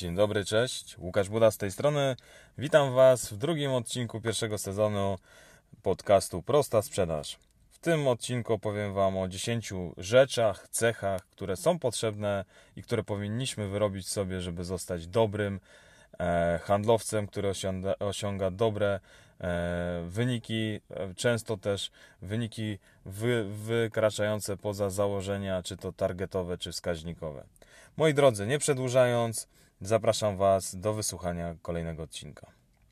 Dzień dobry, cześć. Łukasz Buda z tej strony. Witam Was w drugim odcinku pierwszego sezonu podcastu Prosta Sprzedaż. W tym odcinku opowiem Wam o 10 rzeczach, cechach, które są potrzebne i które powinniśmy wyrobić sobie, żeby zostać dobrym handlowcem, który osiąga dobre wyniki, często też wyniki wykraczające poza założenia, czy to targetowe, czy wskaźnikowe. Moi drodzy, nie przedłużając, zapraszam Was do wysłuchania kolejnego odcinka.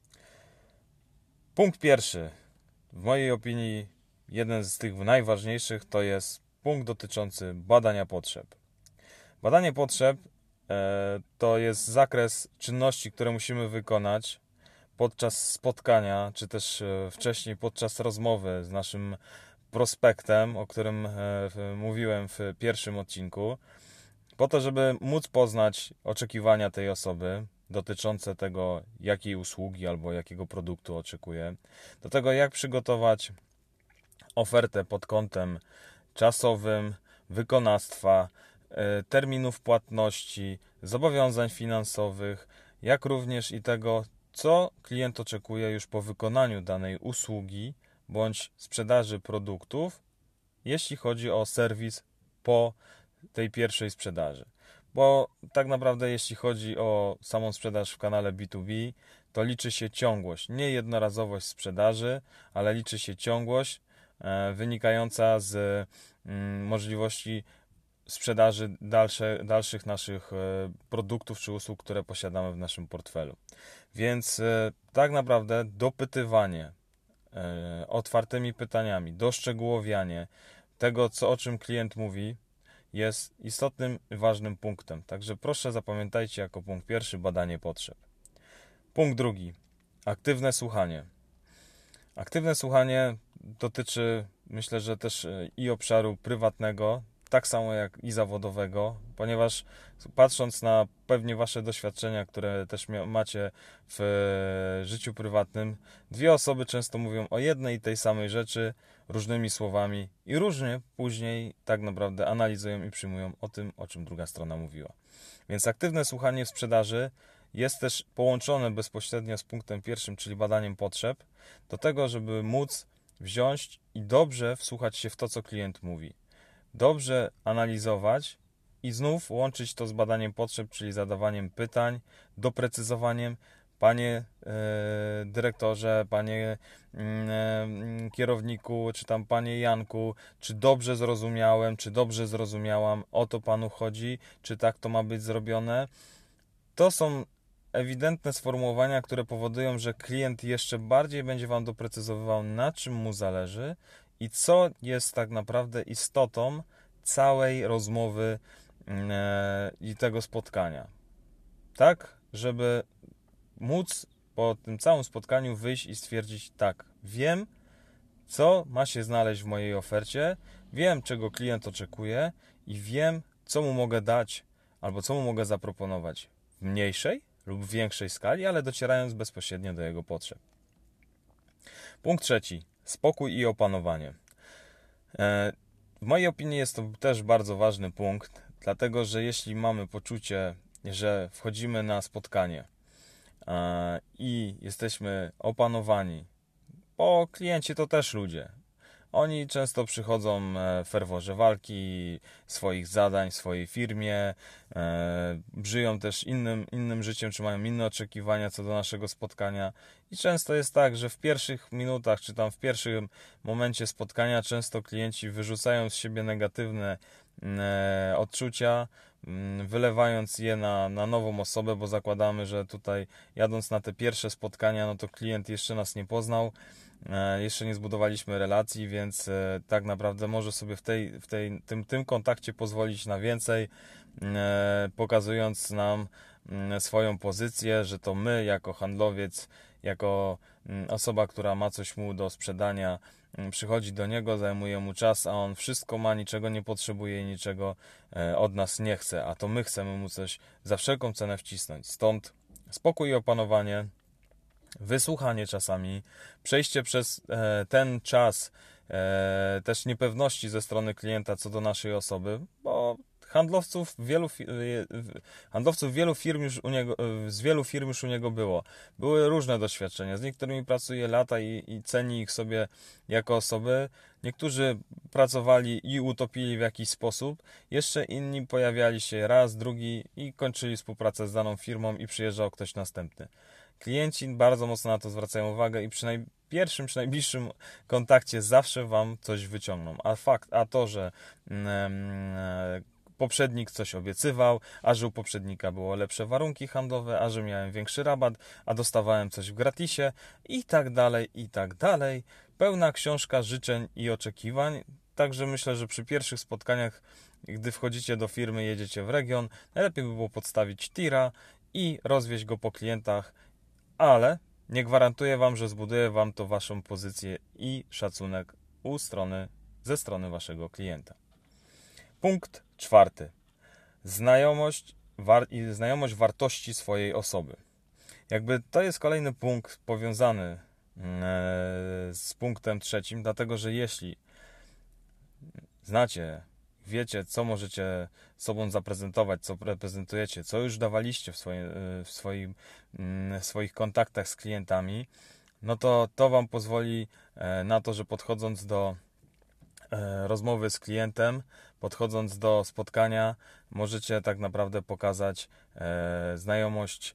Punkt pierwszy, w mojej opinii jeden z tych najważniejszych, to jest punkt dotyczący badania potrzeb. Badanie potrzeb to jest zakres czynności, które musimy wykonać podczas spotkania, czy też wcześniej podczas rozmowy z naszym prospektem, o którym mówiłem w pierwszym odcinku, po to, żeby móc poznać oczekiwania tej osoby dotyczące tego, jakiej usługi albo jakiego produktu oczekuje, do tego, jak przygotować ofertę pod kątem czasowym, wykonawstwa, terminów płatności, zobowiązań finansowych, jak również i tego, co klient oczekuje już po wykonaniu danej usługi bądź sprzedaży produktów, jeśli chodzi o serwis po tej pierwszej sprzedaży. Bo tak naprawdę jeśli chodzi o samą sprzedaż w kanale B2B, to liczy się ciągłość, nie jednorazowość sprzedaży, ale liczy się ciągłość wynikająca z możliwości sprzedaży dalszych naszych produktów czy usług, które posiadamy w naszym portfelu. Więc tak naprawdę dopytywanie otwartymi pytaniami, doszczegółowianie tego, o czym klient mówi, jest istotnym, ważnym punktem. Także proszę zapamiętajcie jako punkt pierwszy badanie potrzeb. Punkt drugi. Aktywne słuchanie. Aktywne słuchanie dotyczy, myślę, że też i obszaru prywatnego, tak samo jak i zawodowego, ponieważ patrząc na pewnie Wasze doświadczenia, które też macie w życiu prywatnym, dwie osoby często mówią o jednej i tej samej rzeczy różnymi słowami i różnie później tak naprawdę analizują i przyjmują o tym, o czym druga strona mówiła. Więc aktywne słuchanie w sprzedaży jest też połączone bezpośrednio z punktem pierwszym, czyli badaniem potrzeb, do tego, żeby móc wziąć i dobrze wsłuchać się w to, co klient mówi. Dobrze analizować i znów łączyć to z badaniem potrzeb, czyli zadawaniem pytań, doprecyzowaniem: panie dyrektorze, panie kierowniku, czy tam panie Janku, czy dobrze zrozumiałem, czy dobrze zrozumiałam, o to panu chodzi, czy tak to ma być zrobione. To są ewidentne sformułowania, które powodują, że klient jeszcze bardziej będzie Wam doprecyzowywał, na czym mu zależy i co jest tak naprawdę istotą całej rozmowy i tego spotkania. Tak, żeby móc po tym całym spotkaniu wyjść i stwierdzić: tak, wiem, co ma się znaleźć w mojej ofercie, wiem, czego klient oczekuje i wiem, co mu mogę dać albo co mu mogę zaproponować w mniejszej lub większej skali, ale docierając bezpośrednio do jego potrzeb. Punkt trzeci. Spokój i opanowanie. W mojej opinii jest to też bardzo ważny punkt, dlatego że jeśli mamy poczucie, że wchodzimy na spotkanie i jesteśmy opanowani, bo klienci to też ludzie. Oni często przychodzą w ferworze walki, swoich zadań, w swojej firmie, żyją też innym życiem, czy mają inne oczekiwania co do naszego spotkania. I często jest tak, że w pierwszych minutach, czy tam w pierwszym momencie spotkania często klienci wyrzucają z siebie negatywne odczucia, wylewając je na nową osobę, bo zakładamy, że tutaj jadąc na te pierwsze spotkania, no to klient jeszcze nas nie poznał, jeszcze nie zbudowaliśmy relacji, więc tak naprawdę może sobie w tym kontakcie pozwolić na więcej, pokazując nam swoją pozycję, że to my jako handlowiec, jako osoba, która ma coś mu do sprzedania, przychodzi do niego, zajmuje mu czas, a on wszystko ma, niczego nie potrzebuje i niczego od nas nie chce, a to my chcemy mu coś za wszelką cenę wcisnąć. Stąd spokój i opanowanie, wysłuchanie czasami, przejście przez ten czas też niepewności ze strony klienta co do naszej osoby, bo Handlowców wielu firm już z wielu firm już u niego było. Były różne doświadczenia. Z niektórymi pracuje lata i ceni ich sobie jako osoby. Niektórzy pracowali i utopili w jakiś sposób. Jeszcze inni pojawiali się raz, drugi i kończyli współpracę z daną firmą i przyjeżdżał ktoś następny. Klienci bardzo mocno na to zwracają uwagę i przy najbliższym kontakcie zawsze Wam coś wyciągną. A to, że poprzednik coś obiecywał, a że u poprzednika było lepsze warunki handlowe, a że miałem większy rabat, a dostawałem coś w gratisie i tak dalej, i tak dalej. Pełna książka życzeń i oczekiwań. Także myślę, że przy pierwszych spotkaniach, gdy wchodzicie do firmy, jedziecie w region, najlepiej by było podstawić tira i rozwieźć go po klientach, ale nie gwarantuję Wam, że zbuduje Wam to Waszą pozycję i szacunek ze strony Waszego klienta. Punkt 4. Znajomość wartości swojej osoby. Jakby to jest kolejny punkt powiązany z punktem 3, dlatego że jeśli wiecie, co możecie sobą zaprezentować, co reprezentujecie, co już dawaliście w swoich kontaktach z klientami, no to Wam pozwoli na to, że podchodząc do rozmowy z klientem, podchodząc do spotkania, możecie tak naprawdę pokazać znajomość,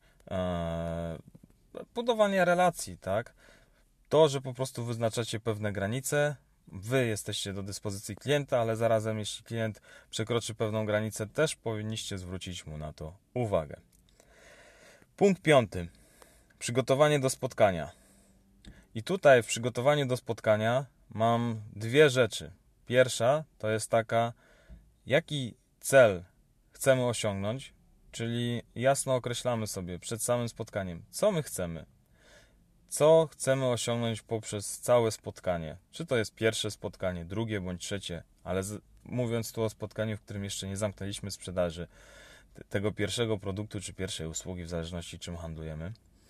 budowanie relacji, tak? To, że po prostu wyznaczacie pewne granice, Wy jesteście do dyspozycji klienta, ale zarazem jeśli klient przekroczy pewną granicę, też powinniście zwrócić mu na to uwagę. Punkt 5. Przygotowanie do spotkania. I tutaj w przygotowaniu do spotkania mam dwie rzeczy. Pierwsza to jest taka, jaki cel chcemy osiągnąć, czyli jasno określamy sobie przed samym spotkaniem, co my chcemy. Co chcemy osiągnąć poprzez całe spotkanie? Czy to jest pierwsze spotkanie, drugie bądź trzecie, ale mówiąc tu o spotkaniu, w którym jeszcze nie zamknęliśmy sprzedaży tego pierwszego produktu czy pierwszej usługi, w zależności czym handlujemy.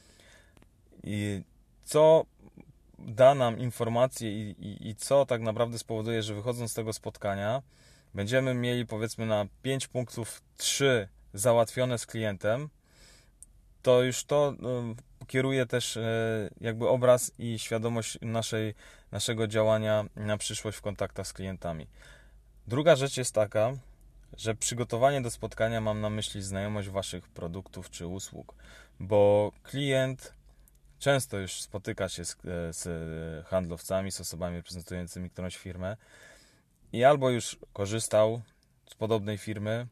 I co da nam informacje i co tak naprawdę spowoduje, że wychodząc z tego spotkania będziemy mieli powiedzmy na 5 punktów 3 załatwione z klientem, to już to kieruje też jakby obraz i świadomość naszego działania na przyszłość w kontaktach z klientami. Druga rzecz jest taka, że przygotowanie do spotkania mam na myśli znajomość Waszych produktów czy usług, bo klient często już spotyka się z handlowcami, z osobami reprezentującymi którąś firmę i albo już korzystał z podobnej firmy,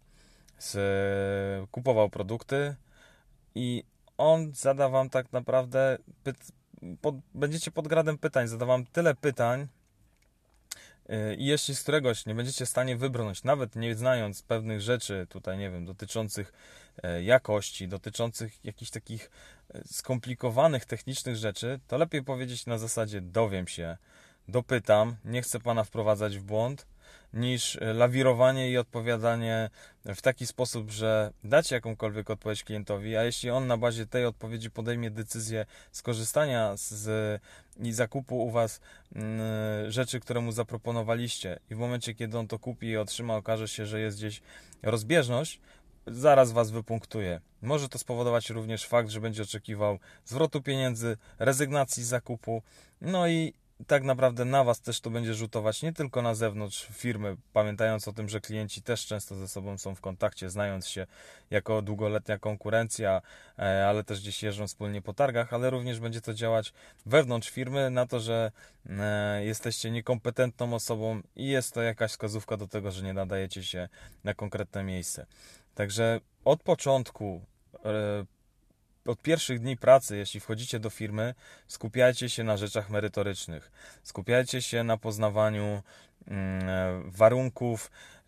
kupował produkty i on zada Wam tak naprawdę, będziecie pod gradem pytań, zada Wam tyle pytań i jeśli z któregoś nie będziecie w stanie wybrnąć, nawet nie znając pewnych rzeczy tutaj, nie wiem, dotyczących jakości, dotyczących jakichś takich skomplikowanych, technicznych rzeczy, to lepiej powiedzieć na zasadzie dowiem się, dopytam, nie chcę Pana wprowadzać w błąd, niż lawirowanie i odpowiadanie w taki sposób, że dacie jakąkolwiek odpowiedź klientowi, a jeśli on na bazie tej odpowiedzi podejmie decyzję skorzystania i zakupu u Was rzeczy, które mu zaproponowaliście i w momencie, kiedy on to kupi i otrzyma, okaże się, że jest gdzieś rozbieżność, zaraz Was wypunktuje. Może to spowodować również fakt, że będzie oczekiwał zwrotu pieniędzy, rezygnacji z zakupu, no i tak naprawdę na Was też to będzie rzutować nie tylko na zewnątrz firmy, pamiętając o tym, że klienci też często ze sobą są w kontakcie, znając się jako długoletnia konkurencja, ale też gdzieś jeżdżą wspólnie po targach, ale również będzie to działać wewnątrz firmy na to, że jesteście niekompetentną osobą i jest to jakaś wskazówka do tego, że nie nadajecie się na konkretne miejsce. Także od początku, od pierwszych dni pracy, jeśli wchodzicie do firmy, skupiajcie się na rzeczach merytorycznych. Skupiajcie się na poznawaniu warunków,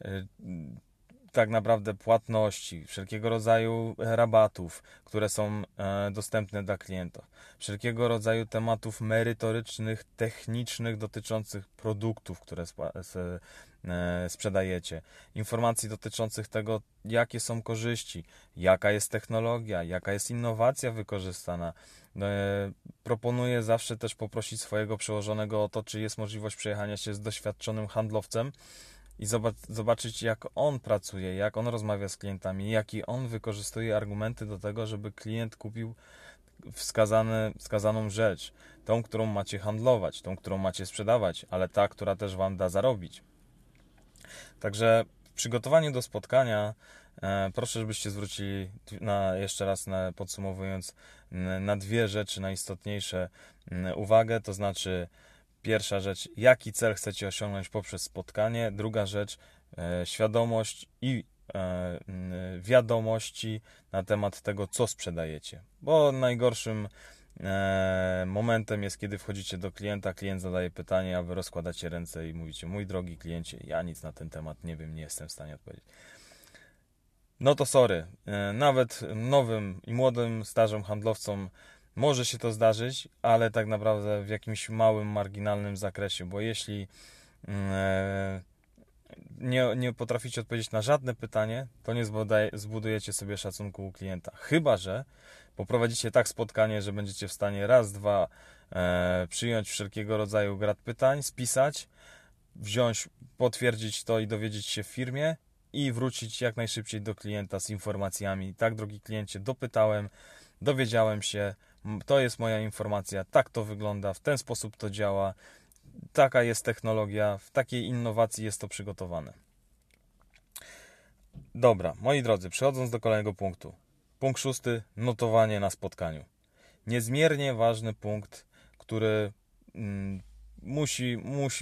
tak naprawdę płatności, wszelkiego rodzaju rabatów, które są dostępne dla klienta. Wszelkiego rodzaju tematów merytorycznych, technicznych dotyczących produktów, które sprzedajecie. Informacji dotyczących tego, jakie są korzyści, jaka jest technologia, jaka jest innowacja wykorzystana. Proponuję zawsze też poprosić swojego przełożonego o to, czy jest możliwość przejechania się z doświadczonym handlowcem, i zobaczyć, jak on pracuje, jak on rozmawia z klientami, jaki on wykorzystuje argumenty do tego, żeby klient kupił wskazaną rzecz, tą, którą macie handlować, tą, którą macie sprzedawać, ale ta, która też Wam da zarobić. Także w przygotowaniu do spotkania proszę, żebyście zwrócili jeszcze raz podsumowując na dwie rzeczy najistotniejsze uwagę, to znaczy pierwsza rzecz, jaki cel chcecie osiągnąć poprzez spotkanie, druga rzecz, świadomość i wiadomości na temat tego, co sprzedajecie, bo najgorszym momentem jest, kiedy wchodzicie do klienta, klient zadaje pytanie, a wy rozkładacie ręce i mówicie: mój drogi kliencie, ja nic na ten temat nie wiem, nie jestem w stanie odpowiedzieć. No to sorry, nawet nowym i młodym stażem handlowcom może się to zdarzyć, ale tak naprawdę w jakimś małym, marginalnym zakresie, bo jeśli nie potraficie odpowiedzieć na żadne pytanie, to nie zbudujecie sobie szacunku u klienta. Chyba że poprowadzicie tak spotkanie, że będziecie w stanie raz, dwa przyjąć wszelkiego rodzaju grad pytań, spisać, wziąć, potwierdzić to i dowiedzieć się w firmie i wrócić jak najszybciej do klienta z informacjami. Tak, drogi kliencie, dopytałem, dowiedziałem się, to jest moja informacja, tak to wygląda, w ten sposób to działa, taka jest technologia, w takiej innowacji jest to przygotowane. Dobra, moi drodzy, przechodząc do kolejnego punktu. Punkt 6. Notowanie na spotkaniu. Niezmiernie ważny punkt, który musi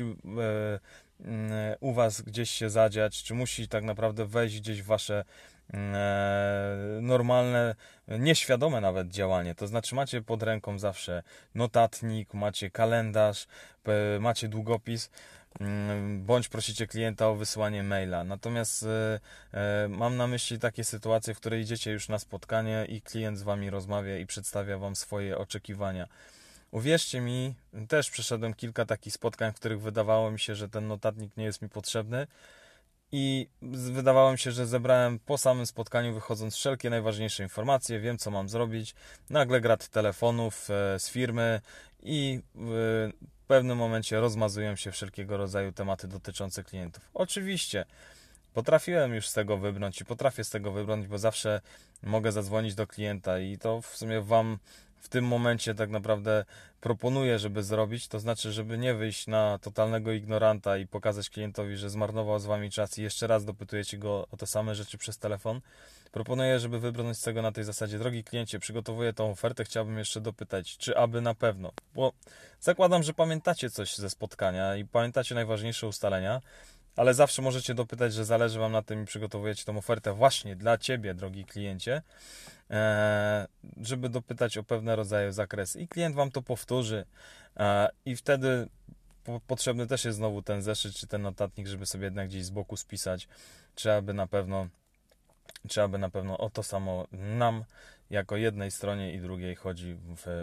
u Was gdzieś się zadziać, czy musi tak naprawdę wejść gdzieś w Wasze normalne, nieświadome nawet działanie. To znaczy macie pod ręką zawsze notatnik, macie kalendarz, macie długopis, bądź prosicie klienta o wysłanie maila. Natomiast mam na myśli takie sytuacje, w której idziecie już na spotkanie i klient z Wami rozmawia i przedstawia Wam swoje oczekiwania. Uwierzcie mi, też przeszedłem kilka takich spotkań, w których wydawało mi się, że ten notatnik nie jest mi potrzebny i wydawało mi się, że zebrałem po samym spotkaniu, wychodząc, wszelkie najważniejsze informacje, wiem, co mam zrobić. Nagle grad telefonów z firmy i w pewnym momencie rozmazują się wszelkiego rodzaju tematy dotyczące klientów. Oczywiście potrafiłem już z tego wybrnąć i potrafię z tego wybrnąć, bo zawsze mogę zadzwonić do klienta i to w sumie Wam w tym momencie tak naprawdę proponuję, żeby zrobić, to znaczy, żeby nie wyjść na totalnego ignoranta i pokazać klientowi, że zmarnował z Wami czas i jeszcze raz dopytujecie go o te same rzeczy przez telefon. Proponuję, żeby wybrnąć z tego na tej zasadzie: drogi kliencie, przygotowuję tą ofertę, chciałbym jeszcze dopytać, czy aby na pewno, bo zakładam, że pamiętacie coś ze spotkania i pamiętacie najważniejsze ustalenia, ale zawsze możecie dopytać, że zależy Wam na tym i przygotowujecie tą ofertę właśnie dla Ciebie, drogi kliencie, żeby dopytać o pewne rodzaje zakresy i klient Wam to powtórzy i wtedy potrzebny też jest znowu ten zeszyt czy ten notatnik, żeby sobie jednak gdzieś z boku spisać, czy aby na pewno o to samo nam jako jednej stronie i drugiej chodzi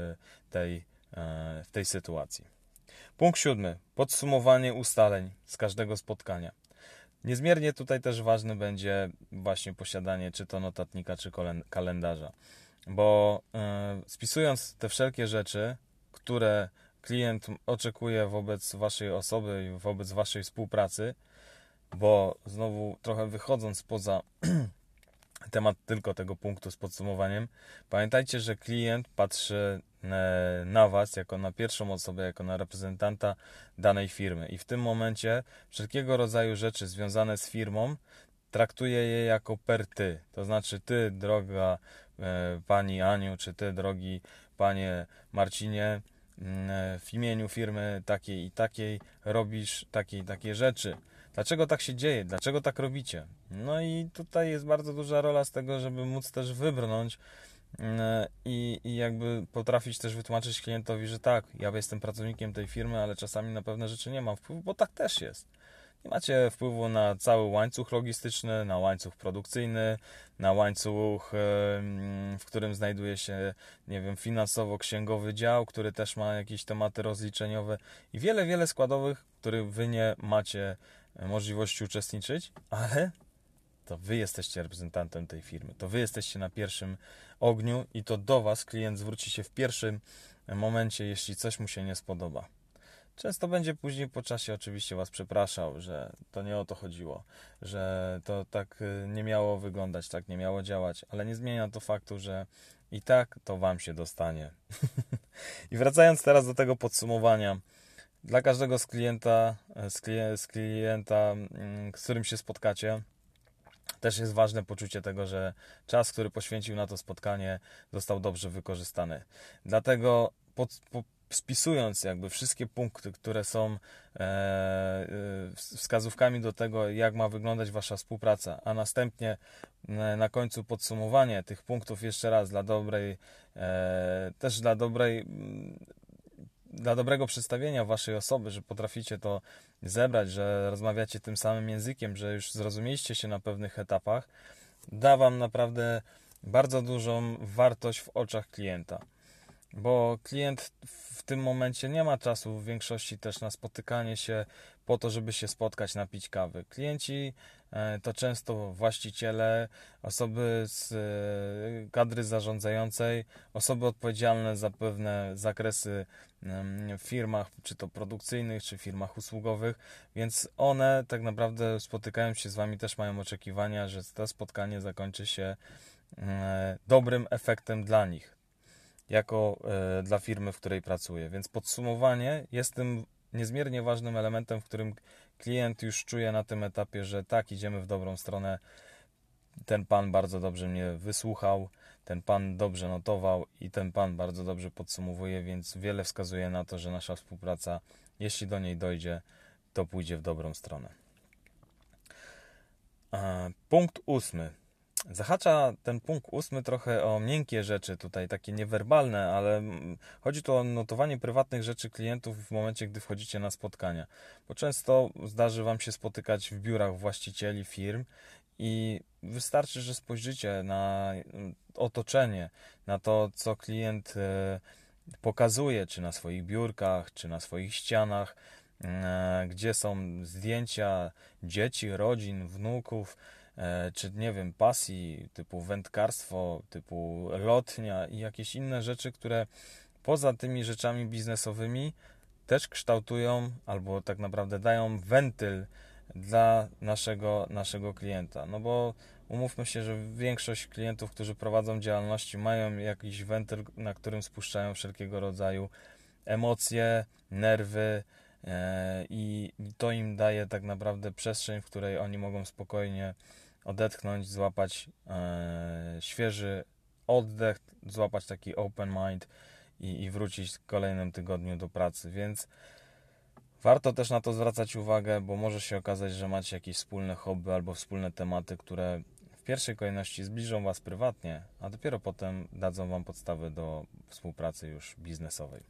w tej sytuacji. Punkt 7. Podsumowanie ustaleń z każdego spotkania. Niezmiernie tutaj też ważne będzie właśnie posiadanie czy to notatnika, czy kalendarza, bo spisując te wszelkie rzeczy, które klient oczekuje wobec Waszej osoby i wobec Waszej współpracy, bo znowu trochę wychodząc poza temat tylko tego punktu z podsumowaniem, pamiętajcie, że klient patrzy na Was jako na pierwszą osobę, jako na reprezentanta danej firmy i w tym momencie wszelkiego rodzaju rzeczy związane z firmą traktuje je jako per ty, to znaczy Ty, droga Pani Aniu, czy Ty, drogi Panie Marcinie, w imieniu firmy takiej i takiej robisz takie i takie rzeczy. Dlaczego tak się dzieje? Dlaczego tak robicie? No i tutaj jest bardzo duża rola z tego, żeby móc też wybrnąć i jakby potrafić też wytłumaczyć klientowi, że tak, ja jestem pracownikiem tej firmy, ale czasami na pewne rzeczy nie mam wpływu, bo tak też jest. Nie macie wpływu na cały łańcuch logistyczny, na łańcuch produkcyjny, na łańcuch, w którym znajduje się, nie wiem, finansowo-księgowy dział, który też ma jakieś tematy rozliczeniowe i wiele, wiele składowych, w których wy nie macie możliwości uczestniczyć, ale to wy jesteście reprezentantem tej firmy, to wy jesteście na pierwszym ogniu i to do was klient zwróci się w pierwszym momencie, jeśli coś mu się nie spodoba. często będzie później po czasie oczywiście Was przepraszał, że to nie o to chodziło, że to tak nie miało wyglądać, tak nie miało działać, ale nie zmienia to faktu, że i tak to Wam się dostanie. I wracając teraz do tego podsumowania, dla każdego z klienta, z którym się spotkacie, też jest ważne poczucie tego, że czas, który poświęcił na to spotkanie, został dobrze wykorzystany. Dlatego spisując jakby wszystkie punkty, które są wskazówkami do tego, jak ma wyglądać Wasza współpraca, a następnie na końcu podsumowanie tych punktów jeszcze raz dla dobrego przedstawienia Waszej osoby, że potraficie to zebrać, że rozmawiacie tym samym językiem, że już zrozumieliście się na pewnych etapach, da Wam naprawdę bardzo dużą wartość w oczach klienta. Bo klient w tym momencie nie ma czasu w większości też na spotykanie się po to, żeby się spotkać, napić kawy. Klienci to często właściciele, osoby z kadry zarządzającej, osoby odpowiedzialne za pewne zakresy w firmach, czy to produkcyjnych, czy firmach usługowych, więc one tak naprawdę spotykając się z Wami też mają oczekiwania, że to spotkanie zakończy się dobrym efektem dla nich, jako dla firmy, w której pracuję. Więc podsumowanie jest tym niezmiernie ważnym elementem, w którym klient już czuje na tym etapie, że tak, idziemy w dobrą stronę, ten pan bardzo dobrze mnie wysłuchał, ten pan dobrze notował i ten pan bardzo dobrze podsumowuje, więc wiele wskazuje na to, że nasza współpraca, jeśli do niej dojdzie, to pójdzie w dobrą stronę. Punkt 8. Zahacza ten punkt 8 trochę o miękkie rzeczy tutaj, takie niewerbalne, ale chodzi tu o notowanie prywatnych rzeczy klientów w momencie, gdy wchodzicie na spotkania. Bo często zdarzy Wam się spotykać w biurach właścicieli firm i wystarczy, że spojrzycie na otoczenie, na to, co klient pokazuje, czy na swoich biurkach, czy na swoich ścianach, gdzie są zdjęcia dzieci, rodzin, wnuków, czy nie wiem, pasji typu wędkarstwo, typu lotnia i jakieś inne rzeczy, które poza tymi rzeczami biznesowymi też kształtują albo tak naprawdę dają wentyl dla naszego klienta. No bo umówmy się, że większość klientów, którzy prowadzą działalności, mają jakiś wentyl, na którym spuszczają wszelkiego rodzaju emocje, nerwy, i to im daje tak naprawdę przestrzeń, w której oni mogą spokojnie odetchnąć, złapać świeży oddech, złapać taki open mind i wrócić w kolejnym tygodniu do pracy, więc warto też na to zwracać uwagę, bo może się okazać, że macie jakieś wspólne hobby albo wspólne tematy, które w pierwszej kolejności zbliżą Was prywatnie, a dopiero potem dadzą Wam podstawy do współpracy już biznesowej.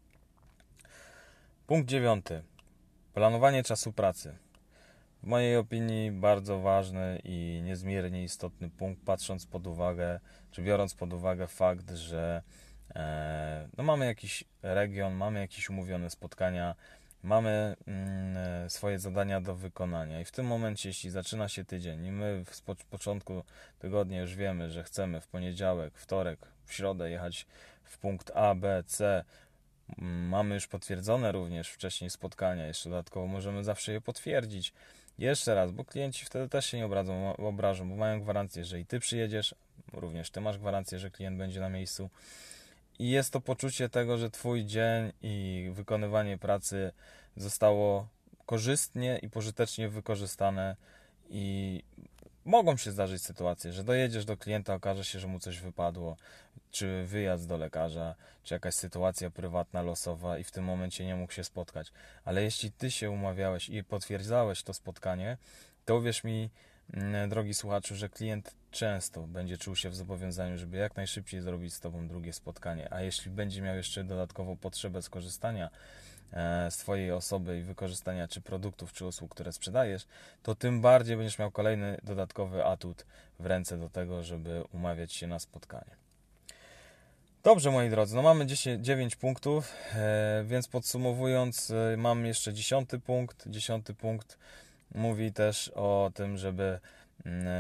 Punkt 9. Planowanie czasu pracy. W mojej opinii bardzo ważny i niezmiernie istotny punkt, patrząc pod uwagę, czy biorąc pod uwagę fakt, że mamy jakiś region, mamy jakieś umówione spotkania, mamy swoje zadania do wykonania i w tym momencie, jeśli zaczyna się tydzień i my w początku tygodnia już wiemy, że chcemy w poniedziałek, wtorek, w środę jechać w punkt A, B, C, mamy już potwierdzone również wcześniej spotkania, jeszcze dodatkowo możemy zawsze je potwierdzić jeszcze raz, bo klienci wtedy też się nie obrażą, bo mają gwarancję, że i Ty przyjedziesz, również Ty masz gwarancję, że klient będzie na miejscu i jest to poczucie tego, że Twój dzień i wykonywanie pracy zostało korzystnie i pożytecznie wykorzystane i mogą się zdarzyć sytuacje, że dojedziesz do klienta, okaże się, że mu coś wypadło, czy wyjazd do lekarza, czy jakaś sytuacja prywatna, losowa i w tym momencie nie mógł się spotkać. Ale jeśli Ty się umawiałeś i potwierdzałeś to spotkanie, to uwierz mi, drogi słuchaczu, że klient często będzie czuł się w zobowiązaniu, żeby jak najszybciej zrobić z Tobą drugie spotkanie, a jeśli będzie miał jeszcze dodatkowo potrzebę skorzystania z Twojej osoby i wykorzystania czy produktów, czy usług, które sprzedajesz, to tym bardziej będziesz miał kolejny dodatkowy atut w ręce do tego, żeby umawiać się na spotkanie. Dobrze, moi drodzy, mamy 9 punktów, więc podsumowując, mam jeszcze 10 punkt. 10 punkt mówi też o tym, żeby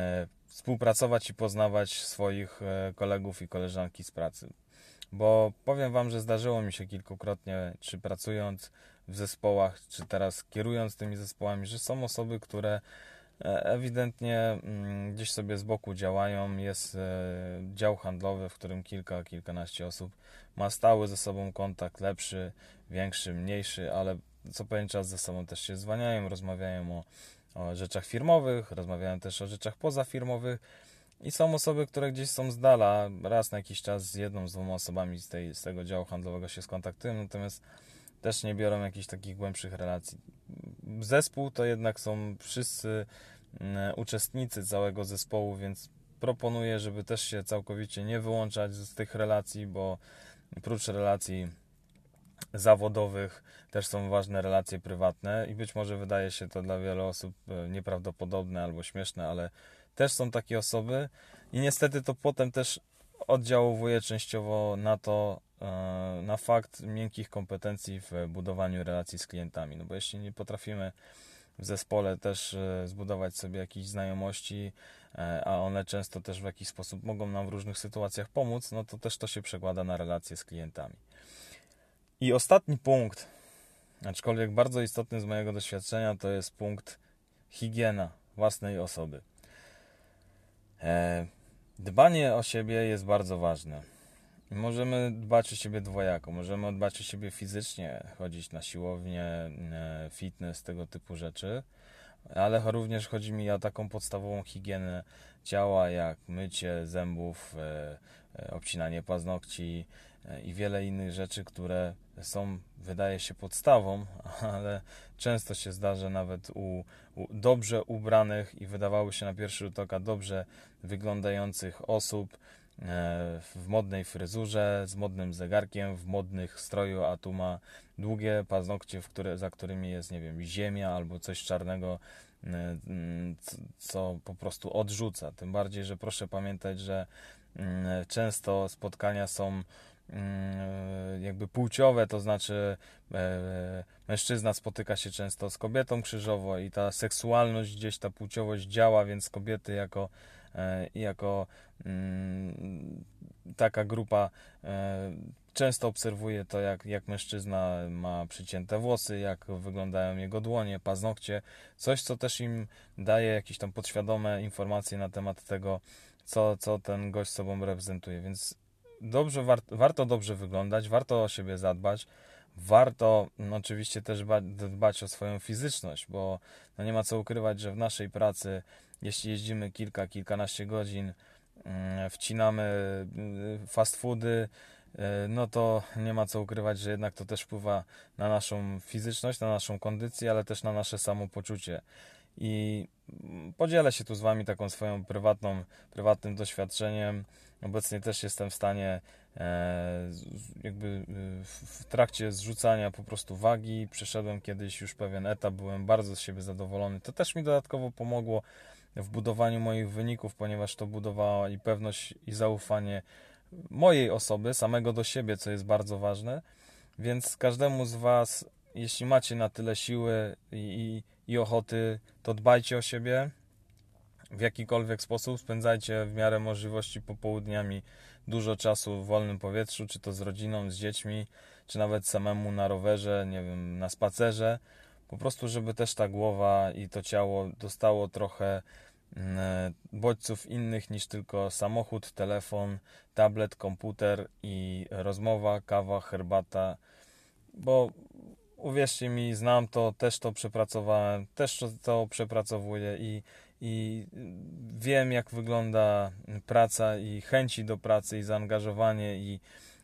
współpracować i poznawać swoich kolegów i koleżanki z pracy. Bo powiem Wam, że zdarzyło mi się kilkukrotnie, czy pracując w zespołach, czy teraz kierując tymi zespołami, że są osoby, które ewidentnie gdzieś sobie z boku działają. Jest dział handlowy, w którym kilkanaście osób ma stały ze sobą kontakt, lepszy, większy, mniejszy, ale co pewien czas ze sobą też się zwalniają, rozmawiają o rzeczach firmowych, rozmawiają też o rzeczach pozafirmowych i są osoby, które gdzieś są z dala, raz na jakiś czas z jedną, z dwoma osobami z tego działu handlowego się skontaktują, natomiast też nie biorą jakichś takich głębszych relacji. Zespół to jednak są wszyscy uczestnicy całego zespołu, więc proponuję, żeby też się całkowicie nie wyłączać z tych relacji, bo oprócz relacji zawodowych też są ważne relacje prywatne i być może wydaje się to dla wielu osób nieprawdopodobne albo śmieszne, ale też są takie osoby i niestety to potem też oddziałuje częściowo na fakt miękkich kompetencji w budowaniu relacji z klientami. No bo jeśli nie potrafimy w zespole też zbudować sobie jakichś znajomości, a one często też w jakiś sposób mogą nam w różnych sytuacjach pomóc, no to też to się przekłada na relacje z klientami. I ostatni punkt, aczkolwiek bardzo istotny z mojego doświadczenia, to jest punkt higiena własnej osoby. Dbanie o siebie jest bardzo ważne. Możemy dbać o siebie dwojako. Możemy dbać o siebie fizycznie, chodzić na siłownię, fitness, tego typu rzeczy, ale również chodzi mi o taką podstawową higienę ciała, jak mycie zębów, obcinanie paznokci i wiele innych rzeczy, które są, wydaje się, podstawą, ale często się zdarza nawet u dobrze ubranych i wydawało się na pierwszy rzut oka dobrze wyglądających osób, w modnej fryzurze, z modnym zegarkiem, w modnych stroju, a tu ma długie paznokcie, za którymi jest, nie wiem, ziemia albo coś czarnego, co po prostu odrzuca. Tym bardziej, że proszę pamiętać, że często spotkania są jakby płciowe, to znaczy mężczyzna spotyka się często z kobietą krzyżowo i ta seksualność gdzieś, ta płciowość działa, więc kobiety jako taka grupa często obserwuje to, jak mężczyzna ma przycięte włosy, jak wyglądają jego dłonie, paznokcie, coś, co też im daje jakieś tam podświadome informacje na temat tego, co ten gość sobą reprezentuje, więc warto dobrze wyglądać, warto o siebie zadbać, warto oczywiście też dbać o swoją fizyczność, bo nie ma co ukrywać, że w naszej pracy, jeśli jeździmy kilkanaście godzin, wcinamy fast foody, no to nie ma co ukrywać, że jednak to też wpływa na naszą fizyczność, na naszą kondycję, ale też na nasze samopoczucie. I podzielę się tu z Wami taką swoją prywatnym doświadczeniem. Obecnie też jestem w stanie jakby w trakcie zrzucania po prostu wagi. Przeszedłem kiedyś już pewien etap, byłem bardzo z siebie zadowolony. To też mi dodatkowo pomogło w budowaniu moich wyników, ponieważ to budowała i pewność i zaufanie mojej osoby, samego do siebie, co jest bardzo ważne. Więc każdemu z Was, jeśli macie na tyle siły i ochoty, to dbajcie o siebie w jakikolwiek sposób, spędzajcie w miarę możliwości popołudniami dużo czasu w wolnym powietrzu, czy to z rodziną, z dziećmi, czy nawet samemu na rowerze, nie wiem, na spacerze, po prostu żeby też ta głowa i to ciało dostało trochę bodźców innych niż tylko samochód, telefon, tablet, komputer i rozmowa, kawa, herbata, bo uwierzcie mi, znam to, też to przepracowałem, też to przepracowuję i wiem, jak wygląda praca i chęci do pracy i zaangażowanie i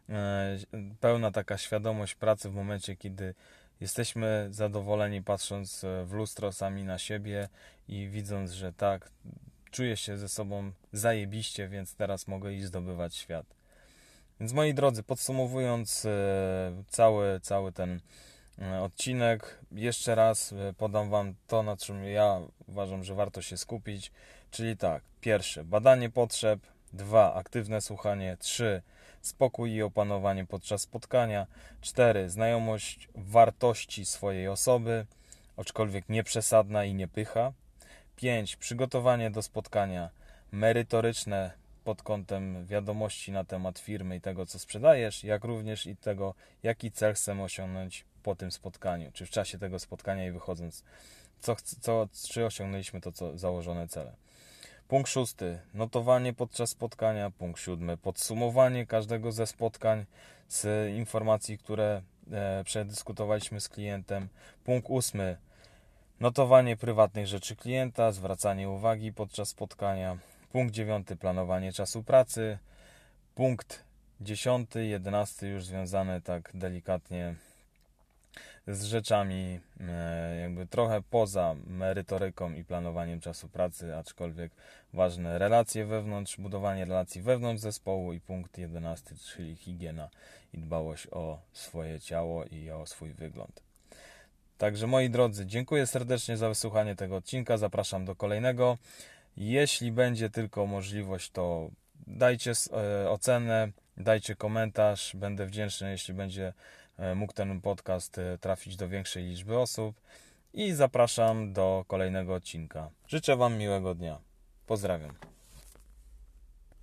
pełna taka świadomość pracy w momencie, kiedy jesteśmy zadowoleni, patrząc w lustro sami na siebie i widząc, że tak, czuję się ze sobą zajebiście, więc teraz mogę iść zdobywać świat. Więc moi drodzy, podsumowując cały ten odcinek, jeszcze raz podam Wam to, na czym ja uważam, że warto się skupić, czyli tak, pierwsze, badanie potrzeb, 2, aktywne słuchanie, 3, spokój i opanowanie podczas spotkania, 4, znajomość wartości swojej osoby, aczkolwiek nie przesadna i nie pycha, 5, przygotowanie do spotkania merytoryczne pod kątem wiadomości na temat firmy i tego, co sprzedajesz, jak również i tego, jaki cel chcemy osiągnąć po tym spotkaniu, czy w czasie tego spotkania i wychodząc, czy osiągnęliśmy to, co założone cele. Punkt 6. Notowanie podczas spotkania. Punkt 7. Podsumowanie każdego ze spotkań z informacji, które przedyskutowaliśmy z klientem. Punkt 8. Notowanie prywatnych rzeczy klienta, zwracanie uwagi podczas spotkania. Punkt 9. Planowanie czasu pracy. Punkt 10. 11. już związane tak delikatnie z rzeczami jakby trochę poza merytoryką i planowaniem czasu pracy, aczkolwiek ważne relacje wewnątrz, budowanie relacji wewnątrz zespołu i punkt 11, czyli higiena i dbałość o swoje ciało i o swój wygląd. Także moi drodzy, dziękuję serdecznie za wysłuchanie tego odcinka, zapraszam do kolejnego. Jeśli będzie tylko możliwość, to dajcie ocenę, dajcie komentarz, będę wdzięczny, jeśli będzie mógł ten podcast trafić do większej liczby osób i zapraszam do kolejnego odcinka. Życzę Wam miłego dnia. Pozdrawiam.